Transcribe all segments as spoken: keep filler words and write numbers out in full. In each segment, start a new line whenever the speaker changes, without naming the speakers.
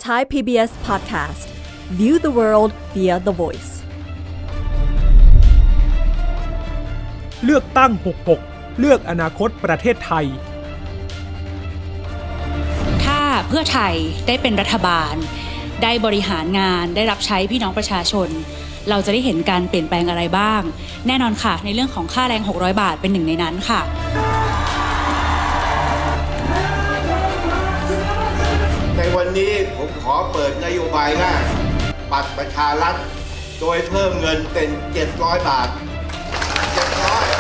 Thai พี บี เอส Podcast View the world via the voice
เลือกตั้งหกหกเลือกอนาคตประเทศไทย
ถ้าเพื่อไทยได้เป็นรัฐบาลได้บริหารงานได้รับใช้พี่น้องประชาชนเราจะได้เห็นการเปลี่ยนแปลงอะไรบ้างแน่นอนค่ะในเรื่องของค่าแรงหกร้อยบาทเป็นหนึ่งในนั้นค่ะ
ในวันนี้ผมขอเปิดนโยบายแรกบัตรประชารัฐโดยเพิ่มเงินเป็นเจ็ดร้อยบาทเจ็ดร้อย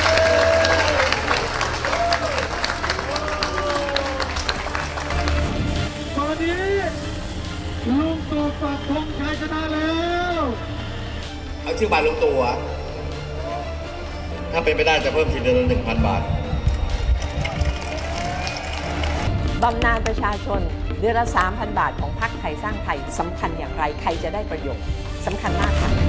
ตอนนี้ลุงตู่ปักธงชัยชนะแล้ว
เอาชื่อบัตรลุงตู่อะถ้าเป็นไปได้จะเพิ่มทีเดือนละหนึ่งพันบาท
บำนาญประชาชนเดือนละ สามพัน บาทของพรรคไทยสร้างไทยสำคัญอย่างไรใครจะได้ประโยชน์สำคัญมากค่ะ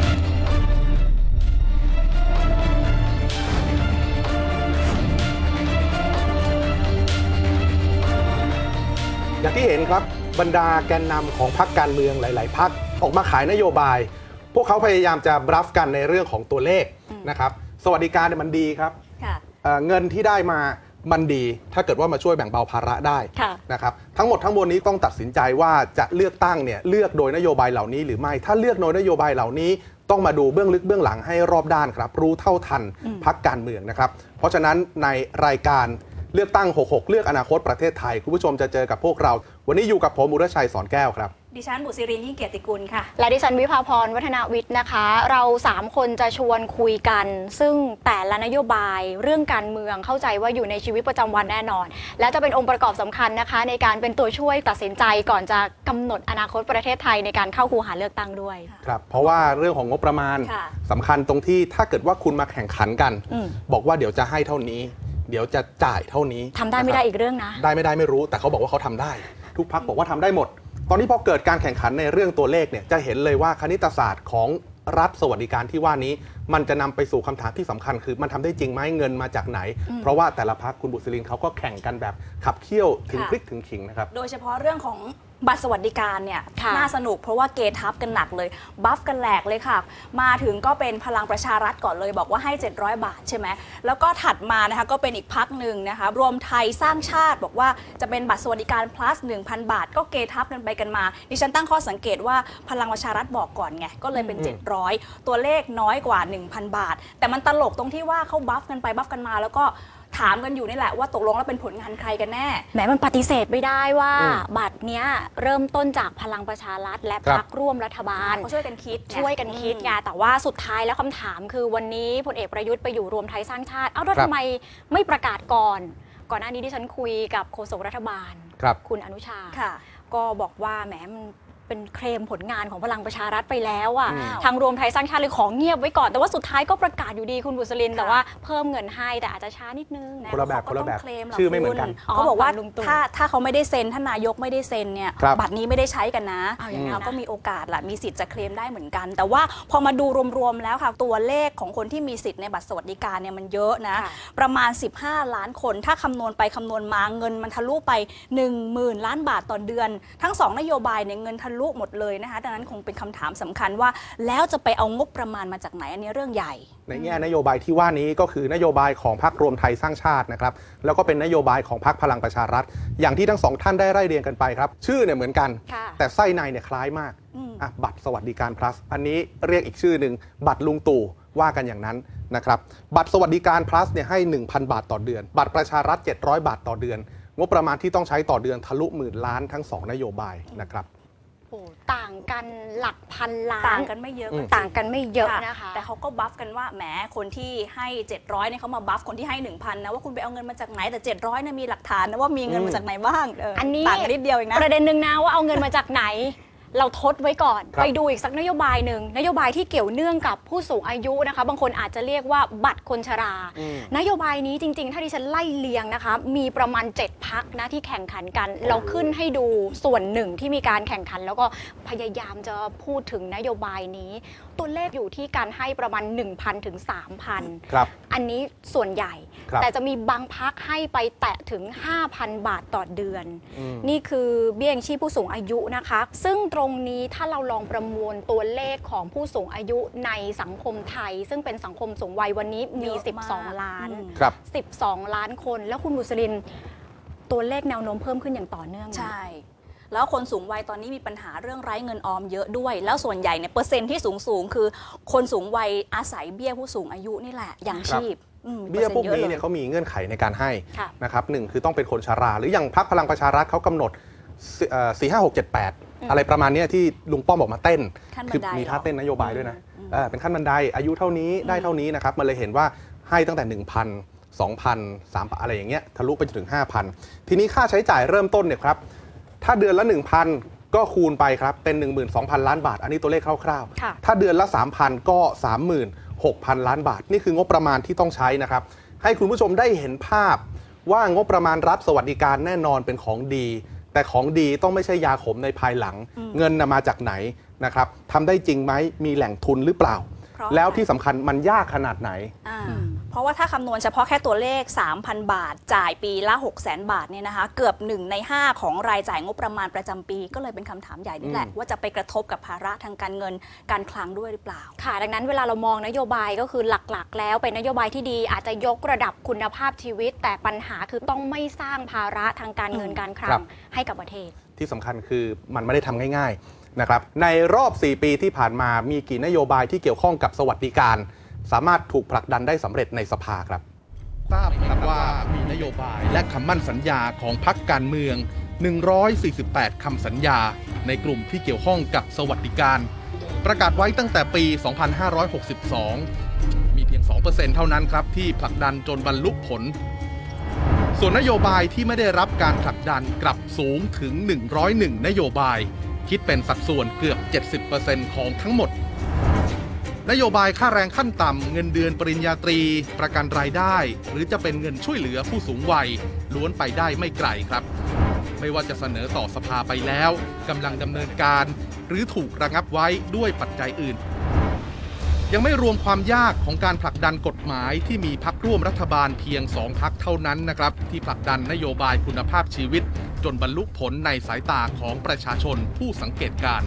อย่างที่เห็นครับบรรดาแกนนำของพรรคการเมืองหลายๆพรรคออกมาขายนโยบายพวกเขาพยายามจะบลัฟกันในเรื่องของตัวเลขนะครับสวัสดิการเนี่ยมันดีครับเงินที่ได้มามันดีถ้าเกิดว่ามาช่วยแบ่งเบาภาระได้นะครับทั้งหมดทั้งมวลนี้ต้องตัดสินใจว่าจะเลือกตั้งเนี่ยเลือกโดยนโยบายเหล่านี้หรือไม่ถ้าเลือกโดยนโยบายเหล่านี้ต้องมาดูเบื้องลึกเบื้องหลังให้รอบด้านครับรู้เท่าทันพรรคการเมืองนะครับเพราะฉะนั้นในรายการเลือกตั้งหกหกเลือกอนาคตประเทศไทยคุณผู้ชมจะเจอกับพวกเราวันนี้อยู่กับผมอุรชัยสอนแก้วครับ
ดิฉันบุษรินยิ่งเกียรติกุลค่ะ
และดิฉันวิภาพรวัฒนวิทย์นะคะเราสามคนจะชวนคุยกันซึ่งแต่ละนโยบายเรื่องการเมืองเข้าใจว่าอยู่ในชีวิตประจำวันแน่นอนและจะเป็นองค์ประกอบสำคัญนะคะในการเป็นตัวช่วยตัดสินใจก่อนจะกำหนดอนาคตประเทศไทยในการเข้าคูหาเลือกตั้งด้วย
ครับเพราะว่าเรื่องของงบประมาณสำคัญตรงที่ถ้าเกิดว่าคุณมาแข่งขันกันบอกว่าเดี๋ยวจะให้เท่านี้เดี๋ยวจะจ่ายเท่านี้
ทำได้ไม่ได้อีกเรื่องนะ
ได้ไม่ได้ไม่รู้แต่เขาบอกว่าเขาทำได้ทุกพรรคบอกว่าทำได้หมดตอนนี้พอเกิดการแข่งขันในเรื่องตัวเลขเนี่ยจะเห็นเลยว่าคณิตศาสตร์ของรัฐสวัสดิการที่ว่านี้มันจะนำไปสู่คำถามที่สำคัญคือมันทำได้จริงไหมเงินมาจากไหนเพราะว่าแต่ละพรรคคุณบุษรินเขาก็แข่งกันแบบขับเคี่ยวถึงพริกถึงขิงนะครับ
โดยเฉพาะเรื่องของบัตรสวัสดิการเนี่ยน่าสนุกเพราะว่าเกทับกันหนักเลยบัฟกันแหลกเลยค่ะมาถึงก็เป็นพลังประชารัฐก่อนเลยบอกว่าให้เจ็ดร้อยบาทใช่ไหมแล้วก็ถัดมานะคะก็เป็นอีกพรรคหนึ่งนะคะรวมไทยสร้างชาติบอกว่าจะเป็นบัตรสวัสดิการ plus หนึ่งพัน บาทก็เกทับกันไปกันมาดิฉันตั้งข้อสังเกตว่าพลังประชารัฐบอกก่อนไงก็เลยเป็นเจ็ดร้อยตัวเลขน้อยกว่า หนึ่งพัน บาทแต่มันตลกตรงที่ว่าเขาบัฟกันไปบัฟกันมาแล้วก็ถามกันอยู่นี่แหละว่าตกลงแล้วเป็นผลงานใครกันแน่
แหมมันปฏิเสธไม่ได้ว่าบัตรเนี้ยเริ่มต้นจากพลังประชารัฐและพรรคร่วมรัฐบาล
เขาช่วยกันคิด
ช่วยกันคิดไงแต่ว่าสุดท้ายแล้วคำถามคือวันนี้พลเอกประยุทธ์ไปอยู่รวมไทยสร้างชาติเอ้าแล้วทำไมไม่ประกาศก่อนก่อนหน้านี้ที่ฉันคุยกับโฆษกรัฐบาลคุณอนุชาก็บอกว่าแหมมันเป็นเคลมผลงานของพลังประชารัฐไปแล้วอ่ะทางรวมไทยสร้างชาติเลยของเงียบไว้ก่อนแต่ว่าสุดท้ายก็ประกาศอยู่ดีคุณบุษรินแต่ว่าเพิ่มเงินให้แต่อาจจะช้านิดนึง
คนละแบบคนละแบบชื่อไม่เหมือนกัน
เขาบอกว่าถ้าถ้าเขาไม่ได้เซ็นท่านนายกไม่ได้เซ็นเนี่ยบัตรนี้ไม่ได้ใช้กันนะเราก็มีโอกาสแหละมีสิทธิ์จะเคลมได้เหมือนกันแต่ว่าพอมาดูรวมๆแล้วค่ะตัวเลขของคนที่มีสิทธิ์ในบัตรสวัสดิการเนี่ยมันเยอะนะประมาณสิบห้าล้านคนถ้าคำนวณไปคำนวณมาเงินมันทะลุไป หนึ่งหมื่น ล้านบาทต่อเดือนทั้งสองนโยบายเนี่ยเงินทะลุหมดเลยนะคะดังนั้นคงเป็นคำถามสำคัญว่าแล้วจะไปเอางบประมาณมาจากไหนอันนี้เรื่องใหญ่
ในแง่นโยบายที่ว่านี้ก็คือนโยบายของพรรครวมไทยสร้างชาตินะครับแล้วก็เป็นนโยบายของพรรคพลังประชารัฐอย่างที่ทั้งสองท่านได้ไล่เรียงกันไปครับชื่อเนี่ยเหมือนกันแต่ไส้ในเนี่ยคล้ายมากบัตรสวัสดิการ plus อันนี้เรียกอีกชื่อหนึ่งบัตรลุงตู่ว่ากันอย่างนั้นนะครับบัตรสวัสดิการ plus เนี่ยให้ หนึ่งพัน บาทต่อเดือนบัตรประชารัฐเจ็ดร้อยบาทต่อเดือนงบประมาณที่ต้องใช้ต่อเดือนทะลุหมื่นล้านทั้งสองนโยบายนะครับ
ต่างกันหลักพันล้าน
ต่างกันไม่เยอะ
ต่างกันไม่เยอะนะคะ
แต่เขาก็บัฟกันว่าแหมคนที่ให้เจ็ดร้อยเนี่ยเขามาบัฟคนที่ให้ หนึ่งพัน นะว่าคุณไปเอาเงินมาจากไหนแต่เจ็ดร้อยเนี่ยมีหลักฐานนะว่ามีเงินมาจากไหนบ้าง
อันนี้
ต่างกันนิดเดียวเองนะ
ประเด็นหนึ่งนะว่าเอาเงินมาจากไหนเราทดไว้ก่อน
ครับ
ไปดูอีกสักนโยบายหนึ่งนโยบายที่เกี่ยวเนื่องกับผู้สูงอายุนะคะบางคนอาจจะเรียกว่าบัตรคนชรา นโยบายนี้จริงๆถ้าดิฉันไล่เลียงนะคะมีประมาณเจ็ดพรรคนะที่แข่งขันกัน เราขึ้นให้ดูส่วนหนึ่งที่มีการแข่งขัน แล้วก็พยายามจะพูดถึงนโยบายนี้ตัวเลขอยู่ที่การให้ประมาณ หนึ่งพัน ถึง สามพัน
ครับ
อันนี้ส่วนใหญ่
ครับ
แต่จะมีบางพรรคให้ไปแตะถึง ห้าพัน บาทต่อเดือน นี่คือเบี้ยยังชีพผู้สูงอายุนะคะซึ่งตรงนี้ถ้าเราลองประมวลตัวเลขของผู้สูงอายุในสังคมไทย ซึ่งเป็นสังคมสูงวัยวันนี้มี สิบสอง ล้าน
ครับ
สิบสอง ล้านคนแล้วคุณบุษรินตัวเลขแนวโน้มเพิ่มขึ้นอย่างต่อเนื่องนะ
ใช่แล้วคนสูงวัยตอนนี้มีปัญหาเรื่องไร้เงินออมเยอะด้วย แล้วส่วนใหญ่เนี่ยเปอร์เซ็นต์ที่สูงสูงคือคนสูงวัยอาศัยเบี้ยผู้สูงอายุนี่แหละอย่างชีพ
เบี้ยพวกนี้เนี่ยเขามีเงื่อนไขในการให้
ค่ะ
นะครับหนึ่งคือต้องเป็นคนชรา หรืออย่างพรรคพลังประชารัฐเขากำหนดสี่ห้าหกเจ็ดแปดอะไรประมาณนี้ที่ลุงป้อมบอกมาเต้น
ขั้นบั
คื
นได
มีท่าเต้นนโยบายด้วยนะ
อืม
เออเป็นขั้นบันไดอายุเท่านี้ได้เท่านี้นะครับมันเลยเห็นว่าให้ตั้งแต่ หนึ่งพัน สองพัน สามพัน อะไรอย่างเงี้ยทะลุไปจนถึง ห้าพัน ทีนี้ค่าใช้จ่ายเริ่มต้นเนี่ยครับถ้าเดือนละ หนึ่งพัน ก็คูณไปครับเป็น หนึ่งหมื่นสองพัน ล้านบาทอันนี้ตัวเลขคร่าวๆ
ค่ะ
ถ้าเดือนละ สามพัน ก็ สามหมื่นหกพัน ล้านบาทนี่คืองบประมาณที่ต้องใช้นะครับให้คุณผู้ชมได้เห็นภาพว่างบประมาณรัฐสวัสดิการแน่นอนเป็นของดี แต่ของดีต้องไม่ใช่ยาขมในภายหลัง เงินนะมาจากไหนนะครับทำได้จริงไหมมีแหล่งทุนหรือเปล่า แล้วที่สำคัญมันยากขนาดไหน
อ่าเพราะว่าถ้าคำนวณเฉพาะแค่ตัวเลข สามพัน บาท จ่ายปีละ หกแสน บาทเนี่ยนะคะเกือบหนึ่งในห้าของรายจ่ายงบประมาณประจำปี ก็เลยเป็นคำถามใหญ่นี่แหละ ว่าจะไปกระทบกับภาระทางการเงินการคลังด้วยหรือเปล่า
ค่ะดังนั้นเวลาเรามองนโยบายก็คือหลักๆ แล้วเป็นนโยบายที่ดีอาจจะยกระดับคุณภาพชีวิต แต่ปัญหาคือต้องไม่สร้างภาระทางการเงินการคลั
ครั
ง
บ
ให้กับประเทศ
ที่สำคัญคือมันไม่ได้ทำง่ายๆนะครับในรอบ สี่ ปีที่ผ่านมามีกี่นโยบายที่เกี่ยวข้องกับสวัสดิการสามารถถูกผลักดันได้สำเร็จในสภาครับทราบครับว่ามีนโยบายและคำมั่นสัญญาของพรรคการเมืองหนึ่งร้อยสี่สิบแปดคำสัญญาในกลุ่มที่เกี่ยวข้องกับสวัสดิการประกาศไว้ตั้งแต่ปี สองพันห้าร้อยหกสิบสอง มีเพียง สองเปอร์เซ็นต์ เท่านั้นครับที่ผลักดันจนบรรลุผลส่วนนโยบายที่ไม่ได้รับการผลักดันกลับสูงถึงหนึ่งร้อยเอ็ดนโยบายคิดเป็นสัดส่วนเกือบ เจ็ดสิบเปอร์เซ็นต์ ของทั้งหมดนโยบายค่าแรงขั้นต่ำเงินเดือนปริญญาตรีประกันรายได้หรือจะเป็นเงินช่วยเหลือผู้สูงวัยล้วนไปได้ไม่ไกลครับไม่ว่าจะเสนอต่อสภาไปแล้วกำลังดำเนินการหรือถูกระงับไว้ด้วยปัจจัยอื่นยังไม่รวมความยากของการผลักดันกฎหมายที่มีพรรคร่วมรัฐบาลเพียงสองพรรคเท่านั้นนะครับที่ผลักดันนโยบายคุณภาพชีวิตจนบรรลุผลในสายตาของประชาชนผู้สังเกตการณ์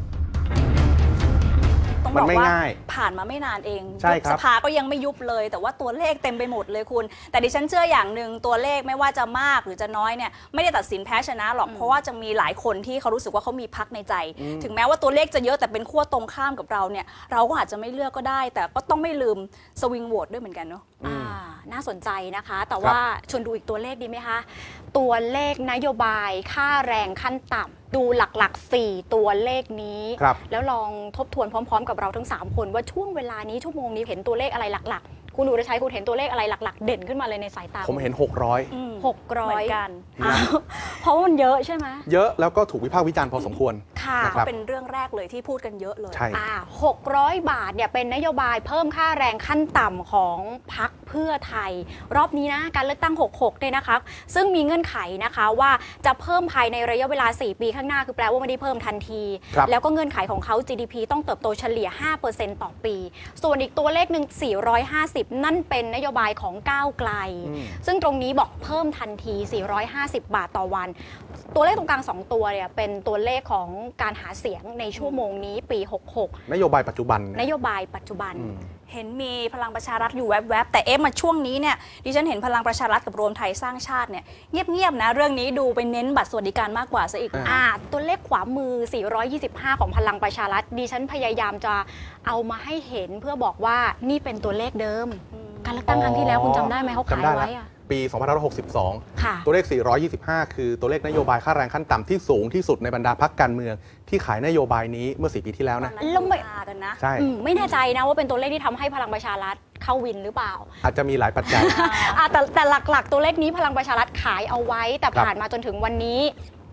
ต้องบอกว่าผ่านมาไม่นานเองยุบสภาก็ยังไม่ยุบเลยแต่ว่าตัวเลขเต็มไปหมดเลยคุณแต่ดิฉันเชื่ออย่างหนึ่งตัวเลขไม่ว่าจะมากหรือจะน้อยเนี่ยไม่ได้ตัดสินแพ้ชนะหรอกเพราะว่าจะมีหลายคนที่เขารู้สึกว่าเขามีพรรคในใจถึงแม้ว่าตัวเลขจะเยอะแต่เป็นขั้วตรงข้ามกับเราเนี่ยเราก็อาจจะไม่เลือกก็ได้แต่ก็ต้องไม่ลืมสวิงโหวตด้วยเหมือนกันเนาะ
น่าสนใจนะคะแต่ว่าชวนดูอีกตัวเลขดีไหมคะตัวเลขนโยบายค่าแรงขั้นต่ำดูหลักๆสี่ตัวเลขนี้แล้วลองทบทวนพร้อมๆกับเราทั้งสามคนว่าช่วงเวลานี้ชั่วโมงนี้เห็นตัวเลขอะไรหลักๆคุณอุรชัยคุณเห็นตัวเลขอะไรหลักๆเด่นขึ้นมาเลยในสายตา
ผมเห็นหกร้อย
หกร้อยกันเพราะว่ามันเยอะใช่ไหม
เยอะแล้วก็ถูกวิพากษ์วิจารณ์พอสมควร
ค่ะเป็นเรื่องแรกเลยที่พูดกันเยอะเลย
ใช่
หกร้อยบาทเนี่ยเป็นนโยบายเพิ่มค่าแรงขั้นต่ำของพรรคเพื่อไทยรอบนี้นะการเลือกตั้งหกหกเนี่ยนะคะซึ่งมีเงื่อนไขนะคะว่าจะเพิ่มภายในระยะเวลาสี่ปีข้างหน้าคือแปลว่าไม่ได้เพิ่มทันทีแล้วก็เงื่อนไขของเขา จี ดี พี ต้องเติบโตเฉลี่ย ห้าเปอร์เซ็นต์ ต่อปีส่วนอีกตัวเลขหนึ่งสี่ร้อยห้าสิบนั่นเป็นนโยบายของก้าวไกลซึ่งตรงนี้บอกเพิ่มทันทีสี่ร้อยห้าสิบบาทต่อวันตัวเลขตรงกลางสองตัวเนี่ยเป็นตัวเลขของการหาเสียงในชั่วโมงนี้ปีหกหก
นโยบายปัจจุบัน
นโยบายปัจจุบัน
เห็นมีพลังประชารัฐอยู่แวบๆแต่เอ๊ะมาช่วงนี้เนี่ยดิฉันเห็นพลังประชารัฐกับรวมไทยสร้างชาติเนี่ยเงียบๆนะเรื่องนี้ดูไปเน้นบัตรสวัสดิการมากกว่าซะอีก
อ่าตัวเลขขวามือสี่ร้อยยี่สิบห้าของพลังประชารัฐดิฉันพยายามจะเอามาให้เห็นเพื่อบอกว่านี่เป็นตัวเลขเดิมการเลือกตั้งครั้งที่แล้วคุณจำได้ไหมเขาขายไว้อะ
ปี สองพันห้าร้อยหกสิบสอง ตัวเลขสี่ร้อยยี่สิบห้าคือตัวเลขนโยบายค่าแรงขั้นต่ำที่สูงที่สุดในบรรดาพรรคการเมืองที่ขายนโยบายนี้เมื่อสี่ปีที่แล้วนะ
แล้วไม่
กันนะ
ใช่
ไม่แน่ใจนะว่าเป็นตัวเลขที่ทำให้พลังประชารัฐเข้าวินหรือเปล่า
อาจจะมีหลายปัจจัย
แต่แต่หลักๆตัวเลขนี้พลังประชารัฐขายเอาไว้แต่ผ่านมาจนถึงวันนี้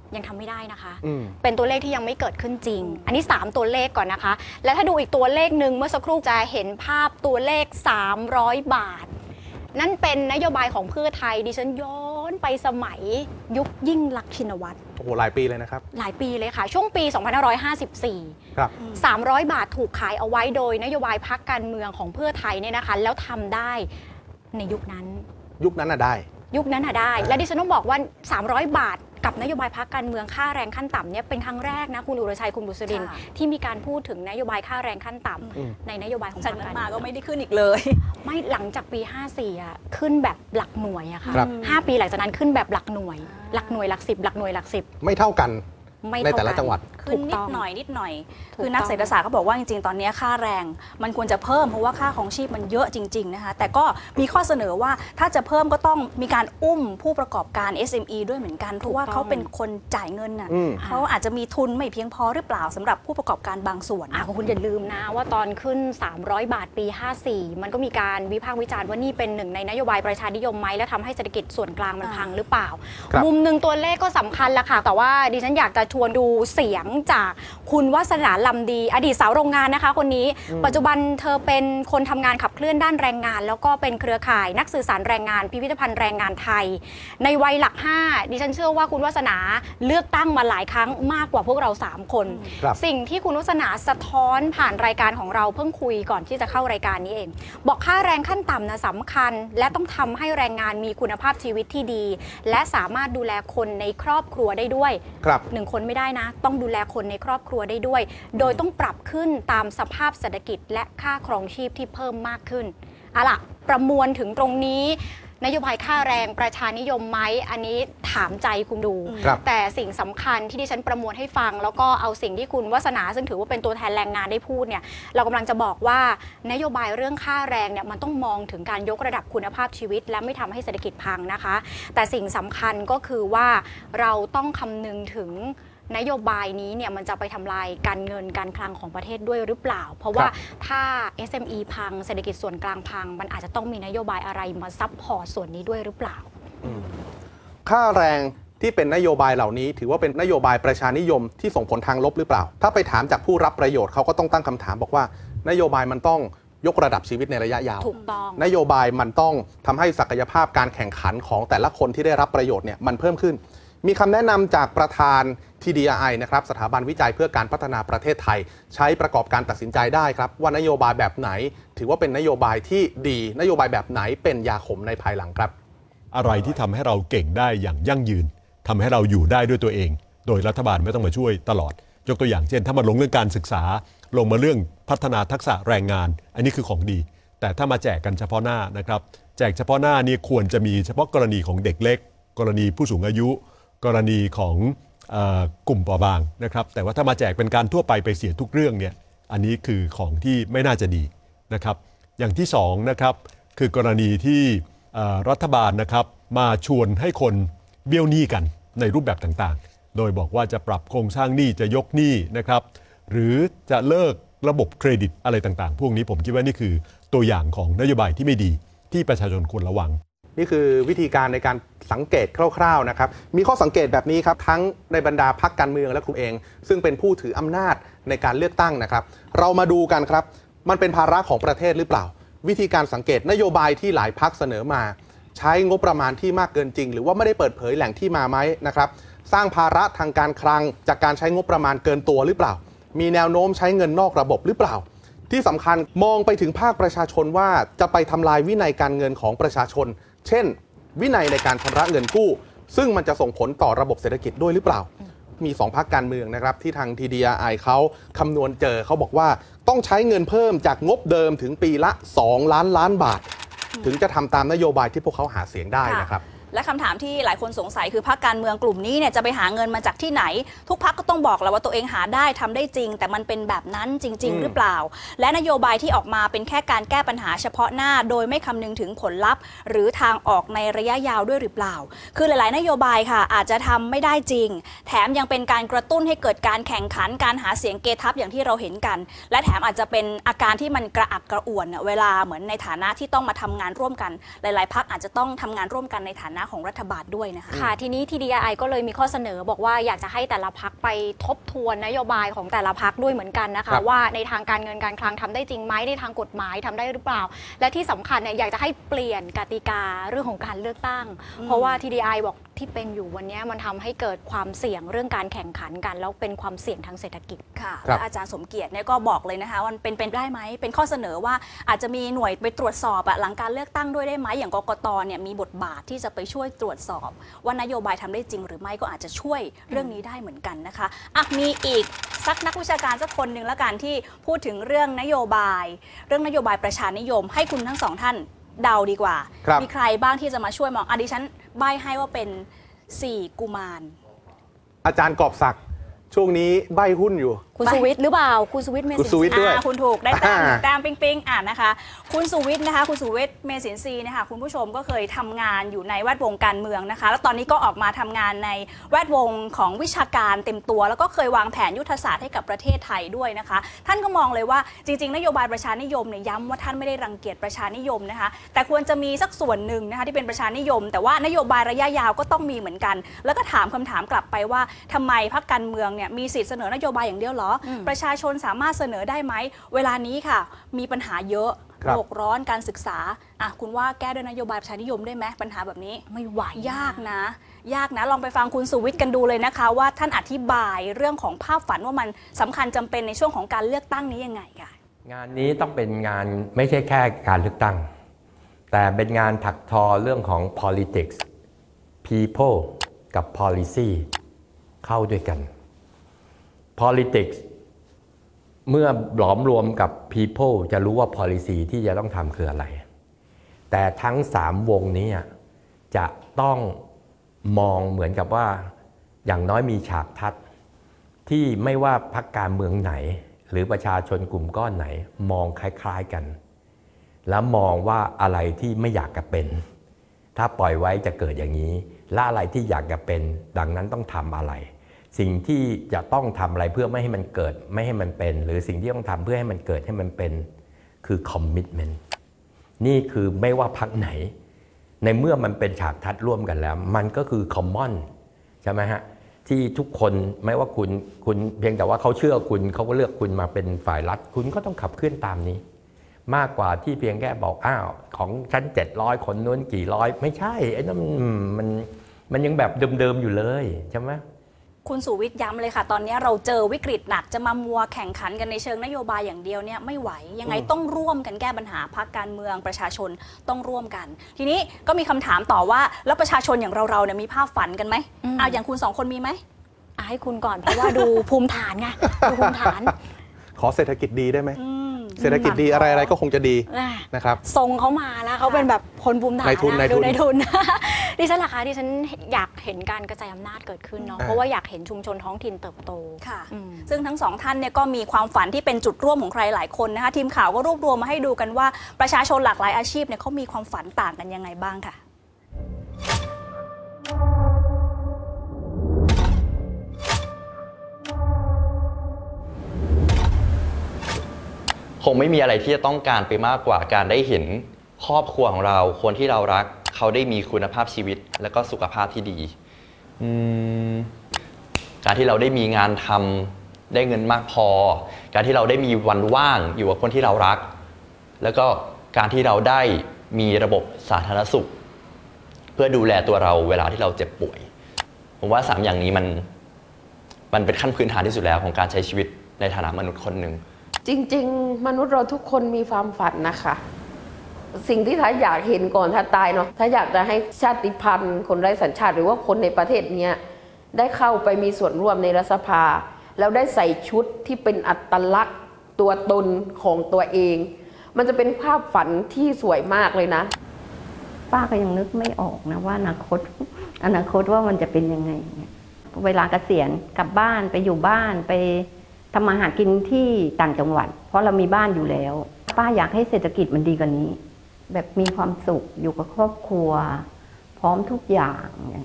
ยังทำไม่ได้นะคะเป็นตัวเลขที่ยังไม่เกิดขึ้นจริงอันนี้สามตัวเลขก่อนนะคะและถ้าดูอีกตัวเลขหนึ่งเมื่อสักครู่จะเห็นภาพตัวเลขสามร้อยบาทนั่นเป็นนโยบายของเพื่อไทยดิฉันย้อนไปสมัยยุคยิ่งลักษณ์ชินวัตร
โอ้โหหลายปีเลยนะครับ
หลายปีเลยค่ะช่วงปีสองพันห้าร้อยห้าสิบสี่ครับสามร้อยบาทถูกขายเอาไว้โดยนโยบายพรรคการเมืองของเพื่อไทยเนี่ยนะคะแล้วทำได้ในยุคนั้น
ยุคนั้นน่ะได้
ยุคนั้นน่ะได้และดิฉันต้องบอกว่าสามร้อยบาทกับนโยบายพรรคการเมืองค่าแรงขั้นต่ำเนี่ยเป็นครั้งแรกนะคุณอุรชัยคุณบุษรินที่มีการพูดถึงนโยบายค่าแรงขั้นต่ำในนโยบายของพรรคการเมือง
มาก็ไม่ได้ขึ้นอีกเลย
ไม่หลังจากปีห้าสี่อ่ะขึ้นแบบหลักหน่วยอะค่ะห้าปีหลังจากนั้นขึ้นแบบหลักหน่วยหลักหน่วยหลักสิบหลักหน่วยหลักสิบ
ไม่เท่ากันในแต่ละจังหวัด
ขึ้นนิดหน่อยนิดหน่อยคือนักเศรษฐศาสตร์เขาบอกว่าจริงๆตอนนี้ค่าแรงมันควรจะเพิ่มเพราะว่าค่าของชีพมันเยอะจริงๆนะคะแต่ก็มีข้อเสนอว่าถ้าจะเพิ่มก็ต้องมีการอุ้มผู้ประกอบการ เอส เอ็ม อี ด้วยเหมือนกันเพราะว่าเขาเป็นคนจ่ายเงินน่ะเขาอาจจะมีทุนไม่เพียงพอหรือเปล่าสำหรับผู้ประกอบการบางส่วน
คุณอย่าลืมนะว่าตอนขึ้นสามร้อยบาทปีห้าสี่มันก็มีการวิพากษ์วิจารณ์ว่านี่เป็นหนึ่งในนโยบายประชานิยมไหมและทำให้เศรษฐกิจส่วนกลางมันพังหรือเปล่ามุมหนึ่งตัวเลขก็สำคัญละค่ะแต่ว่าดิฉันอยากจะชวนดูเสียงจากคุณวาสนาลำดีอดีตสาวโรงงานนะคะคนนี้ปัจจุบันเธอเป็นคนทำงานขับเคลื่อนด้านแรงงานแล้วก็เป็นเครือข่ายนักสื่อสารแรงงานพิพิธภัณฑ์แรงงานไทยในวัยหลักห้าดิฉันเชื่อว่าคุณวาสนาเลือกตั้งมาหลายครั้งมากกว่าพวกเราสามคนสิ่งที่คุณวาสนาสะท้อนผ่านรายการของเราเพิ่งคุยก่อนที่จะเข้ารายการนี้เองบอกค่าแรงขั้นต่ำนะสำคัญและต้องทำให้แรงงานมีคุณภาพชีวิตที่ดีและสามารถดูแลคนในครอบครัวได้ด้วยหนึ่งคนไม่ได้นะต้องดูแลคนในครอบครัวได้ด้วยโดยต้องปรับขึ้นตามสภาพเศรษฐกิจและค่าครองชีพที่เพิ่มมากขึ้นเอาล่ะประมวลถึงตรงนี้นโยบายค่าแรงประชานิยมไหมอันนี้ถามใจคุณดูแต่สิ่งสำคัญที่ดิฉันประมวลให้ฟังแล้วก็เอาสิ่งที่คุณวาสนาซึ่งถือว่าเป็นตัวแทนแรงงานได้พูดเนี่ยเรากำลังจะบอกว่านโยบายเรื่องค่าแรงเนี่ยมันต้องมองถึงการยกระดับคุณภาพชีวิตและไม่ทำให้เศรษฐกิจพังนะคะแต่สิ่งสำคัญก็คือว่าเราต้องคำนึงถึงนโยบายนี้เนี่ยมันจะไปทำลายการเงินการคลังของประเทศด้วยหรือเปล่าเพราะว่าถ้า เอส เอ็ม อี พังเศรษฐกิจส่วนกลางพังมันอาจจะต้องมีนโยบายอะไรมาซัพพอร์ตส่วนนี้ด้วยหรือเปล่า
ค่าแรงที่เป็นนโยบายเหล่านี้ถือว่าเป็นนโยบายประชานิยมที่ส่งผลทางลบหรือเปล่าถ้าไปถามจากผู้รับประโยชน์เขาก็ต้องตั้งคำถามบอกว่านโยบายมันต้องยกระดับชีวิตในระยะยาว
ถูกต้อง
นโยบายมันต้องทำให้ศักยภาพการแข่งขันของแต่ละคนที่ได้รับประโยชน์เนี่ยมันเพิ่มขึ้นมีคำแนะนำจากประธาน ที ดี อาร์ ไอ นะครับสถาบันวิจัยเพื่อการพัฒนาประเทศไทยใช้ประกอบการตัดสินใจได้ครับว่านโยบายแบบไหนถือว่าเป็นนโยบายที่ดีนโยบายแบบไหนเป็นยาขมในภายหลังครับ
อะไรที่ทำให้เราเก่งได้อย่างยั่งยืนทำให้เราอยู่ได้ด้วยตัวเองโดยรัฐบาลไม่ต้องมาช่วยตลอดยกตัวอย่างเช่นถ้ามาลงเรื่องการศึกษาลงมาเรื่องพัฒนาทักษะแรงงานอันนี้คือของดีแต่ถ้ามาแจกกันเฉพาะหน้านะครับแจกเฉพาะหน้านี่ควรจะมีเฉพาะกรณีของเด็กเล็กกรณีผู้สูงอายุกรณีของเอ่อกลุ่มเปราะบางนะครับแต่ว่าถ้ามาแจกเป็นการทั่วไปไปเสียทุกเรื่องเนี่ยอันนี้คือของที่ไม่น่าจะดีนะครับอย่างที่สองนะครับคือกรณีที่รัฐบาลนะครับมาชวนให้คนเบี้ยวหนี้กันในรูปแบบต่างๆโดยบอกว่าจะปรับโครงสร้างหนี้จะยกหนี้นะครับหรือจะเลิกระบบเครดิตอะไรต่างๆพวกนี้ผมคิดว่านี่คือตัวอย่างของนโยบายที่ไม่ดีที่ประชาชนควรระวัง
นี่คือวิธีการในการสังเกตคร่าวๆนะครับมีข้อสังเกตแบบนี้ครับทั้งในบรรดาพรรคการเมืองและครูเองซึ่งเป็นผู้ถืออำนาจในการเลือกตั้งนะครับเรามาดูกันครับมันเป็นภาระของประเทศหรือเปล่าวิธีการสังเกตนโยบายที่หลายพรรคเสนอมาใช้งบประมาณที่มากเกินจริงหรือว่าไม่ได้เปิดเผยแหล่งที่มาไหมนะครับสร้างภาระทางการคลังจากการใช้งบประมาณเกินตัวหรือเปล่ามีแนวโน้มใช้เงินนอกระบบหรือเปล่าที่สำคัญมองไปถึงภาคประชาชนว่าจะไปทำลายวินัยการเงินของประชาชนเช่นวินัยในการชำระเงินกู้ซึ่งมันจะส่งผลต่อระบบเศรษฐกิจด้วยหรือเปล่ามีสองพรรคการเมืองนะครับที่ทาง ที ดี อาร์ ไอ เขาคำนวณเจอเขาบอกว่าต้องใช้เงินเพิ่มจากงบเดิมถึงปีละสองล้านล้านบาทถึงจะทำตามนโยบายที่พวกเขาหาเสียงได้นะครับ
และคำถามที่หลายคนสงสัยคือพรรคการเมืองกลุ่มนี้เนี่ยจะไปหาเงินมาจากที่ไหนทุกพรรคก็ต้องบอกแล้วว่าตัวเองหาได้ทำได้จริงแต่มันเป็นแบบนั้นจริงๆหรือเปล่าและนโยบายที่ออกมาเป็นแค่การแก้ปัญหาเฉพาะหน้าโดยไม่คำนึงถึงผลลัพธ์หรือทางออกในระยะยาวด้วยหรือเปล่าคือหลายๆนโยบายค่ะอาจจะทำไม่ได้จริงแถมยังเป็นการกระตุ้นให้เกิดการแข่งขันการหาเสียงเกทับอย่างที่เราเห็นกันและแถมอาจจะเป็นอาการที่มันกระอักกระอ่วนเวลาเหมือนในฐานะที่ต้องมาทำงานร่วมกันหลายๆพรรคอาจจะต้องทำงานร่วมกันในฐานะนะของรัฐบาลด้วยนะคะ
ค่ะทีนี้ ที ดี ไอ ก็เลยมีข้อเสนอบอกว่าอยากจะให้แต่ละพรรคไปทบทวนนโยบายของแต่ละพรรคด้วยเหมือนกันนะคะว่าในทางการเงินการคลังทำได้จริงไหมในทางกฎหมายทำได้หรือเปล่าและที่สำคัญเนี่ยอยากจะให้เปลี่ยนกติกาเรื่องของการเลือกตั้งเพราะว่า ที ดี ไอ บอกที่เป็นอยู่วันนี้มันทำให้เกิดความเสี่ยงเรื่องการแข่งขันกันแล้วเป็นความเสี่ยงทางเศรษฐกิจ
ค่ะและอาจารย์สมเกียรติเนี่ยก็บอกเลยนะคะว่าเป็นเป็นได้ไหมเป็นข้อเสนอว่าอาจจะมีหน่วยไปตรวจสอบอะหลังการเลือกตั้งด้วยได้ไหมอย่างกกตเนี่ยมีบทบาทที่จะไปช่วยตรวจสอบว่านโยบายทำได้จริงหรือไม่ก็อาจจะช่วยเรื่องนี้ได้เหมือนกันนะคะอ่ะมีอีกสักนักวิชาการสักคนหนึ่งละกันที่พูดถึงเรื่องนโยบายเรื่องนโยบายประชานิยมให้คุณทั้งสองท่านเดาดีกว่ามีใครบ้างที่จะมาช่วยมองอดิฉันใบ้ให้ว่าเป็นสี่กุมาร
อาจารย์กอบศักดิ์ช่วงนี้ใบ้หุ้นอยู่
คุณสุวิทย์หรือเปล่าคุณสุวิทย์เม
สินทรีย์
คุณถูกได้แต้มแต้มปิ๊งปิ๊งอ่านนะคะคุณสุวิทย์นะคะคุณสุวิทย์เมสินทรีย์นะคะคุณผู้ชมก็เคยทำงานอยู่ในแวดวงการเมืองนะคะแล้วตอนนี้ก็ออกมาทำงานในแวดวงของวิชาการเต็มตัวแล้วก็เคยวางแผนยุทธศาสตร์ให้กับประเทศไทยด้วยนะคะท่านก็มองเลยว่าจริงๆนโยบายประชานิยมเนี่ยย้ำว่าท่านไม่ได้รังเกียจประชานิยมนะคะแต่ควรจะมีสักส่วนหนึ่งนะคะที่เป็นประชานิยมแต่ว่านโยบายระยะยาวก็ต้องมีเหมือนกันแล้วก็ถามคำถามกลับไปว่าทำไมพรรคการเมืองเนี่ยมีสิทธิเสนอนโยบายอย่างเดียวหรอประชาชนสามารถเสนอได้ไหมเวลานี้ค่ะมีปัญหาเยอะโลกร้อนการศึกษาอ่ะคุณว่าแก้ด้วยนโยบายประชานิยมได้ไหมปัญหาแบบนี้
ไม่ไหวย
ากนะยากนะลองไปฟังคุณสุวิทย์กันดูเลยนะคะว่าท่านอธิบายเรื่องของภาพฝันว่ามันสำคัญจำเป็นในช่วงของการเลือกตั้งนี้ยังไงค่ะ
งานนี้ต้องเป็นงานไม่ใช่แค่การเลือกตั้งแต่เป็นงานถักทอเรื่องของ politics people กับ policy เข้าด้วยกัน politics เมื่อหลอมรวมกับ people จะรู้ว่า policy ที่จะต้องทำคืออะไรแต่ทั้งสามวงนี้จะต้องมองเหมือนกับว่าอย่างน้อยมีฉากทัศน์ที่ไม่ว่าพรรคการเมืองไหนหรือประชาชนกลุ่มก้อนไหนมองคล้ายๆกันแล้วมองว่าอะไรที่ไม่อยากจะเป็นถ้าปล่อยไว้จะเกิดอย่างนี้และอะไรที่อยากจะเป็นดังนั้นต้องทำอะไรสิ่งที่จะต้องทำอะไรเพื่อไม่ให้มันเกิดไม่ให้มันเป็นหรือสิ่งที่ต้องทำเพื่อให้มันเกิดให้มันเป็นคือ commitment นี่คือไม่ว่าพรรคไหนในเมื่อมันเป็นฉากทัศน์ร่วมกันแล้วมันก็คือ common ใช่ไหมฮะที่ทุกคนไม่ว่าคุณคุณเพียงแต่ว่าเขาเชื่อคุณเขาก็เลือกคุณมาเป็นฝ่ายรัฐคุณก็ต้องขับเคลื่อนตามนี้มากกว่าที่เพียงแค่บอกอ้าวของชั้นเจ็ดร้อยคนนู้นกี่ร้อยไม่ใช่ไอ้นั่นมันมันยังแบบเดิมๆอยู่เลยใช่ไหม
คุณสุวิทย์ย้ำเลยค่ะตอนนี้เราเจอวิกฤตหนักจะมามัวแข่งขันกันในเชิงนโยบายอย่างเดียวเนี่ยไม่ไหวยังไงต้องร่วมกันแก้ปัญหาพรรคการเมืองประชาชนต้องร่วมกันทีนี้ก็มีคำถามต่อว่าแล้วประชาชนอย่างเราเราเนี่ยมีภาพฝันกันไหมอ่าอย่างคุณสองคนมีไหม
ให้คุณก่อนเพราะว่าดูภูมิฐานไงดูภูมิฐาน
ขอเศรษฐกิจดีได้ไหมเศรษฐกิจดีอะไรอะไรก็คงจะดีนะครับ
ทรงเขามาแล้วเขาเป็นแบบคนภูมิฐาน
นะ
ดูในทุนดิฉันล่ะคะดิฉันอยากเห็นการกระจายอำนาจเกิดขึ้นเนาะเพราะว่าอยากเห็นชุมชนท้องถิ่นเติบโต
ค่ะซึ่งทั้งสองท่านเนี่ยก็มีความฝันที่เป็นจุดร่วมของใครหลายคนนะคะทีมข่าวก็รวบรวมมาให้ดูกันว่าประชาชนหลากหลายอาชีพเนี่ยเขามีความฝันต่างกันยังไงบ้างค่ะ
คงไม่มีอะไรที่จะต้องการไปมากกว่าการได้เห็นครอบครัวของเราคนที่เรารักเขาได้มีคุณภาพชีวิตและก็สุขภาพที่ดีการที่เราได้มีงานทำได้เงินมากพอการที่เราได้มีวันว่างอยู่กับคนที่เรารักแล้วก็การที่เราได้มีระบบสาธารณสุขเพื่อดูแลตัวเราเวลาที่เราเจ็บป่วยผมว่าสามอย่างนี้มันมันเป็นขั้นพื้นฐานที่สุดแล้วของการใช้ชีวิตในฐานะมนุษย์คนหนึ่ง
จริงๆมนุษย์เราทุกคนมีความฝันนะคะสิ่งที่ท้าอยากเห็นก่อนถ้าตายเนาะถ้าอยากจะให้ชาติพันธุ์คนไร้สัญชาติหรือว่าคนในประเทศนี้ได้เข้าไปมีส่วนร่วมในรัฐสภาแล้วได้ใส่ชุดที่เป็นอัตลักษณ์ตัวตนของตัวเองมันจะเป็นภาพฝันที่สวยมากเลยนะ
ป้าก็ยังนึกไม่ออกนะว่าอนาคตอนาคตว่ามันจะเป็นยังไงเวลาเกษียณกลับบ้านไปอยู่บ้านไปทำมาหากินที่ต่างจังหวัดเพราะเรามีบ้านอยู่แล้วป้าอยากให้เศรษฐกิจมันดีกว่านี้แบบมีความสุขอยู่กับครอบครัวพร้อมทุกอย่าง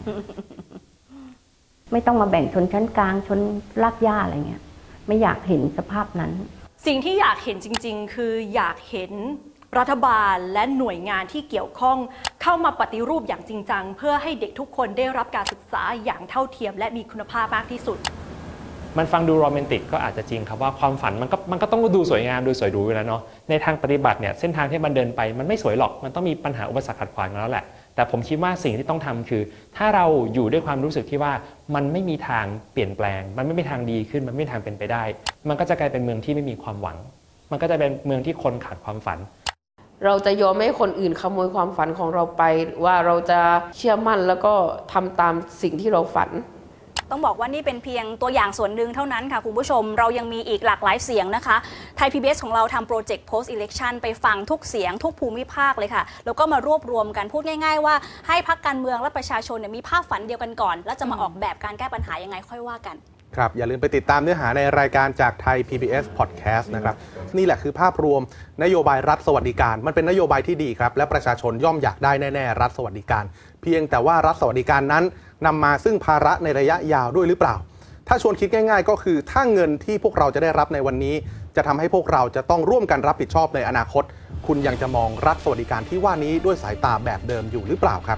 ไม่ต้องมาแบ่งชนชั้นกลางชนรากหญ้าอะไรเงี้ยไม่อยากเห็นสภาพนั้น
สิ่งที่อยากเห็นจริงๆคืออยากเห็น
รัฐบาลและหน่วยงานที่เกี่ยวข้องเข้ามาปฏิรูปอย่างจริงจังเพื่อให้เด็กทุกคนได้รับการศึกษาอย่างเท่าเทียมและมีคุณภาพมากที่สุด
มันฟังดูโรแมนติกก็อาจจะจริงครับว่าความฝันมันก็มันก็ต้องดูสวยงามดูสวยหรูอยู่แล้วเนาะในทางปฏิบัติเนี่ยเส้นทางที่มันเดินไปมันไม่สวยหรอกมันต้องมีปัญหาอุปสรรคขัดขวางแล้วแหละแต่ผมคิดว่าสิ่งที่ต้องทำคือถ้าเราอยู่ด้วยความรู้สึกที่ว่ามันไม่มีทางเปลี่ยนแปลงมันไม่มีทางดีขึ้นมันไม่มีทางเป็นไปได้มันก็จะกลายเป็นเมืองที่ไม่มีความหวังมันก็จะเป็นเมืองที่คนขาดความฝัน
เราจะยอมให้คนอื่นขโมยความฝันของเราไปว่าเราจะเชื่อมั่นแล้วก็ทำตามสิ่งที่เราฝัน
ต้องบอกว่านี่เป็นเพียงตัวอย่างส่วนหนึ่งเท่านั้นค่ะคุณผู้ชมเรายังมีอีกหลากหลายเสียงนะคะไทย พี บี เอส ของเราทำโปรเจกต์ post election ไปฟังทุกเสียงทุกภูมิภาคเลยค่ะแล้วก็มารวบรวมกันพูดง่ายๆว่าให้พรรคการเมืองและประชาชนเนี่ยมีภาพฝันเดียวกันก่อนแล้วจะมาออกแบบการแก้ปัญหายังไงค่อยว่ากัน
ครับอย่าลืมไปติดตามเนื้อหาในรายการจากไทย พี บี เอส Podcast นะครับนี่แหละคือภาพรวมนโยบายรัฐสวัสดิการมันเป็นนโยบายที่ดีครับและประชาชนย่อมอยากได้แน่ๆรัฐสวัสดิการเพียงแต่ว่ารัฐสวัสดิการนั้นนำมาซึ่งภาระในระยะยาวด้วยหรือเปล่าถ้าชวนคิดง่ายๆก็คือถ้าเงินที่พวกเราจะได้รับในวันนี้จะทำให้พวกเราจะต้องร่วมกันรับผิดชอบในอนาคตคุณยังจะมองรัฐสวัสดิการที่ว่านี้ด้วยสายตาแบบเดิมอยู่หรือเปล่าครับ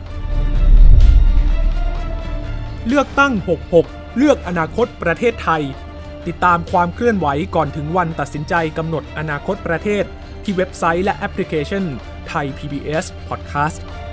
เลือกตั้งหกหกเลือกอนาคตประเทศไทยติดตามความเคลื่อนไหวก่อนถึงวันตัดสินใจกำหนดอนาคตประเทศที่เว็บไซต์และแอปพลิเคชัน Thai พี บี เอส Podcast